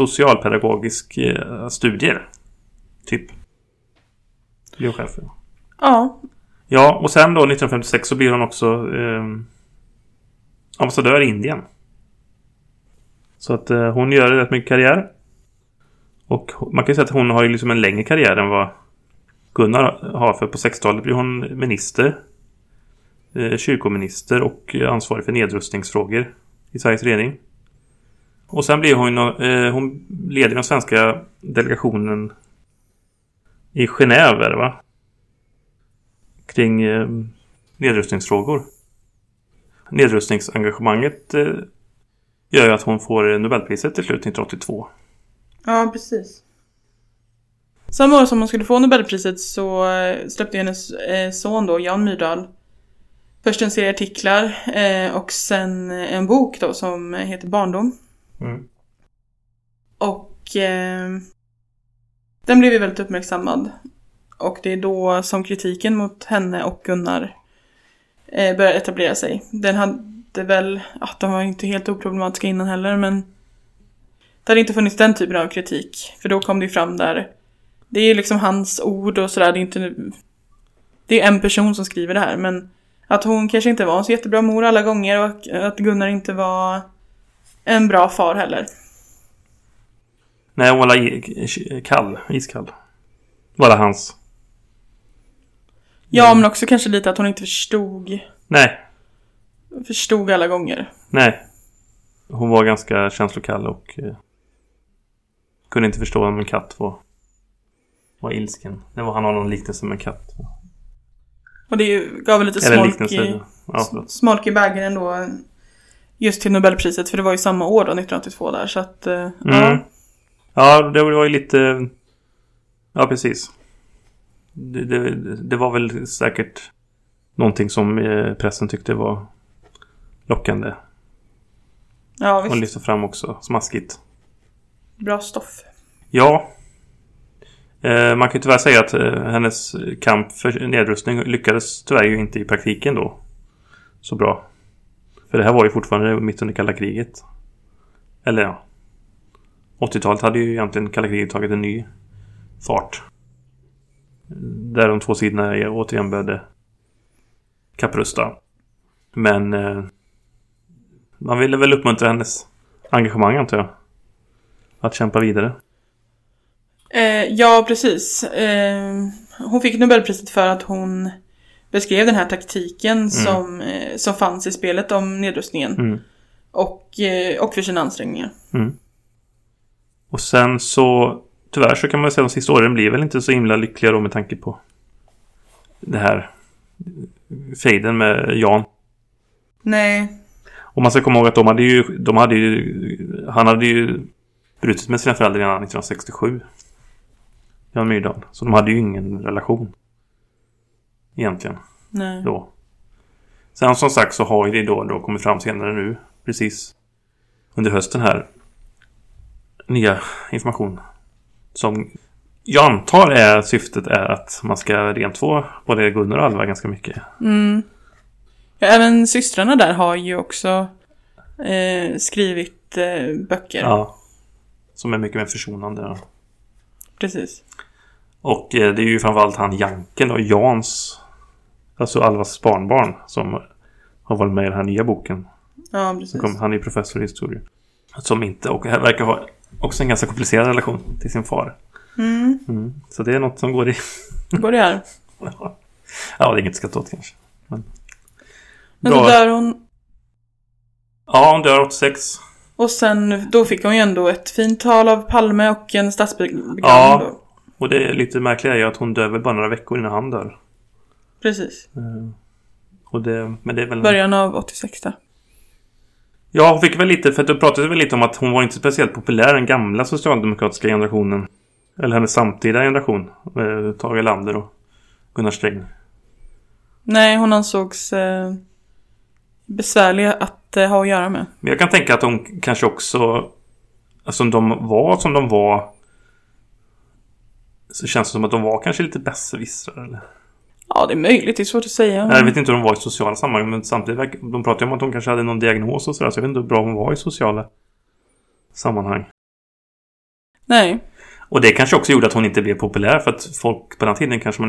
studier. Typ. Blir hon chef för. Ja. Ja, och sen då 1956 så blir hon också ambassadör i Indien. Så att hon gör rätt mycket karriär. Och man kan säga att hon har ju liksom en längre karriär än vad Gunnar har, för på 60-talet blir hon minister, kyrkominister och ansvarig för nedrustningsfrågor i Sveriges regering. Och sen blir hon leder den svenska delegationen i Genève, va? Kring nedrustningsfrågor. Nedrustningsengagemanget gör ju att hon får Nobelpriset till slut 1982. Ja, precis. Samma år som hon skulle få Nobelpriset så släppte hennes son då, Jan Myrdal, Först en serie artiklar och sen en bok då som heter Barndom. Mm. Och den blev ju väldigt uppmärksammad. Och det är då som kritiken mot henne och Gunnar börjar etablera sig. Den hade väl, de var inte helt oproblematiska innan heller, men det hade inte funnits den typen av kritik. För då kom det fram där, det är liksom hans ord och sådär, det är en person som skriver det här, men att hon kanske inte var en så jättebra mor alla gånger och att Gunnar inte var en bra far heller. Nej, hon var iskall. Var det hans? Ja, men också kanske lite att hon inte förstod alla gånger. Nej. Hon var ganska känslokall och kunde inte förstå om en katt var ilsken. Det var han har någon liknelse med en katt. Och det gav lite smolk i bägaren ändå just till Nobelpriset, för det var ju samma år då, 1982 där, så att ja. Ja, det var ju lite, ja precis. Det var väl säkert någonting som pressen tyckte var lockande. Ja, visst. Och lyfte fram också smaskigt. Bra stoff. Ja. Man kan ju tyvärr säga att hennes kamp för nedrustning lyckades tyvärr ju inte i praktiken då så bra. För det här var ju fortfarande mitt under kalla kriget. Eller ja. 80-talet hade ju egentligen kalla kriget tagit en ny fart. Där de två sidorna återigen började kapprusta. Men man ville väl uppmuntra hennes engagemang, antar jag. Att kämpa vidare. Ja, precis. Hon fick Nobelpriset för att hon beskrev den här taktiken som fanns i spelet om nedrustningen. Mm. Och för sina ansträngningar. Mm. Och sen så, tyvärr så kan man säga att historien blir väl inte så himla lyckliga då med tanke på det här fejden med Jan. Nej. Och man ska komma ihåg att han hade ju brutit med sina föräldrar redan 1967. Jan Myrdal. Så de hade ju ingen relation. Egentligen. Nej. Då. Sen som sagt så har ju det då kommit fram senare nu. Precis under hösten här. Nya information. Som jag antar syftet är att man ska rent få både Gunnar och Alva ganska mycket. Mm. Ja, även systrarna där har ju också skrivit böcker. Ja. Som är mycket mer försonande. Precis. Och det är ju framförallt han Janken och Jans, alltså Alvas barnbarn, som har varit med i den här nya boken. Ja, precis. Han är professor i historia. Som inte, och verkar ha också en ganska komplicerad relation till sin far. Mm. Så det är något som går i... Går det här? Ja, det är inget ska ta åt kanske. Men då dör hon... Ja, hon dör 86. Och sen, då fick hon ju ändå ett fint tal av Palme och en statsbegravning. Ja, och det är lite märkligt är ju att hon dör väl bara några veckor innan han dör. Precis. Men det är väl... Början av 86 där. Ja, hon fick väl lite, för att du pratade väl lite om att hon var inte speciellt populär, den gamla socialdemokratiska generationen. Eller hennes samtida generation. Tage Erlander och Gunnar Sträng. Nej, hon ansågs besvärlig att ha att göra med. Men jag kan tänka att hon kanske också, alltså om de var så känns det som att de var kanske lite besserwissrar eller? Ja, det är möjligt, det är svårt att säga. Jag vet inte hur de var i sociala sammanhang, men samtidigt de pratade om att hon kanske hade någon diagnos och sådär, så jag vet inte hur bra hon var i sociala sammanhang. Nej. Och det kanske också gjorde att hon inte blev populär, för att folk på den tiden kanske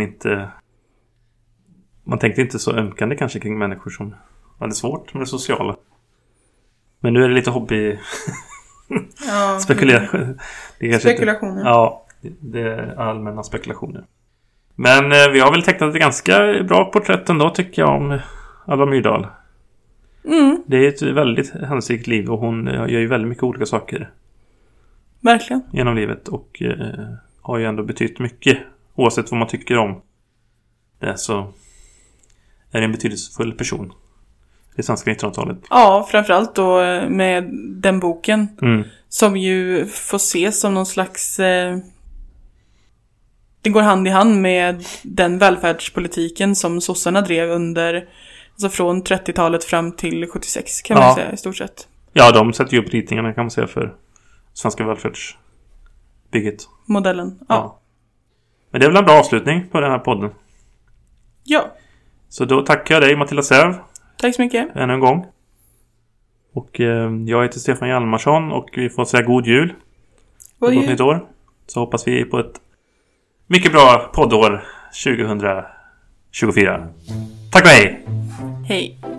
man tänkte inte så ömkande kanske kring människor som hade svårt med det sociala. Men nu är det lite hobby ja, spekulationer. Ja, det är allmänna spekulationer. Men vi har väl tecknat ett ganska bra porträtt ändå, tycker jag, om Alva Myrdal. Mm. Det är ett väldigt händelserikt liv och hon gör ju väldigt mycket olika saker. Verkligen. Genom livet och har ju ändå betytt mycket. Oavsett vad man tycker om det, så är det en betydelsefull person i svenska 1900-talet. Ja, framförallt då med den boken. Mm. Som ju får ses som någon slags... det går hand i hand med den välfärdspolitiken som sossarna drev under Alltså från 30-talet fram till 76 kan man säga i stort sett. Ja, de sätter ju upp ritningarna kan man säga för svenska välfärdsbygget. Modellen, ja. Men det är väl en bra avslutning på den här podden. Ja. Så då tackar jag dig, Matilda Säv. Tack så mycket. Ännu en gång. Och jag heter Stefan Hjalmarsson och vi får säga god jul. God jul. Gott nytt år. Så hoppas vi på ett mycket bra poddår 2024. Tack och hej! Hej!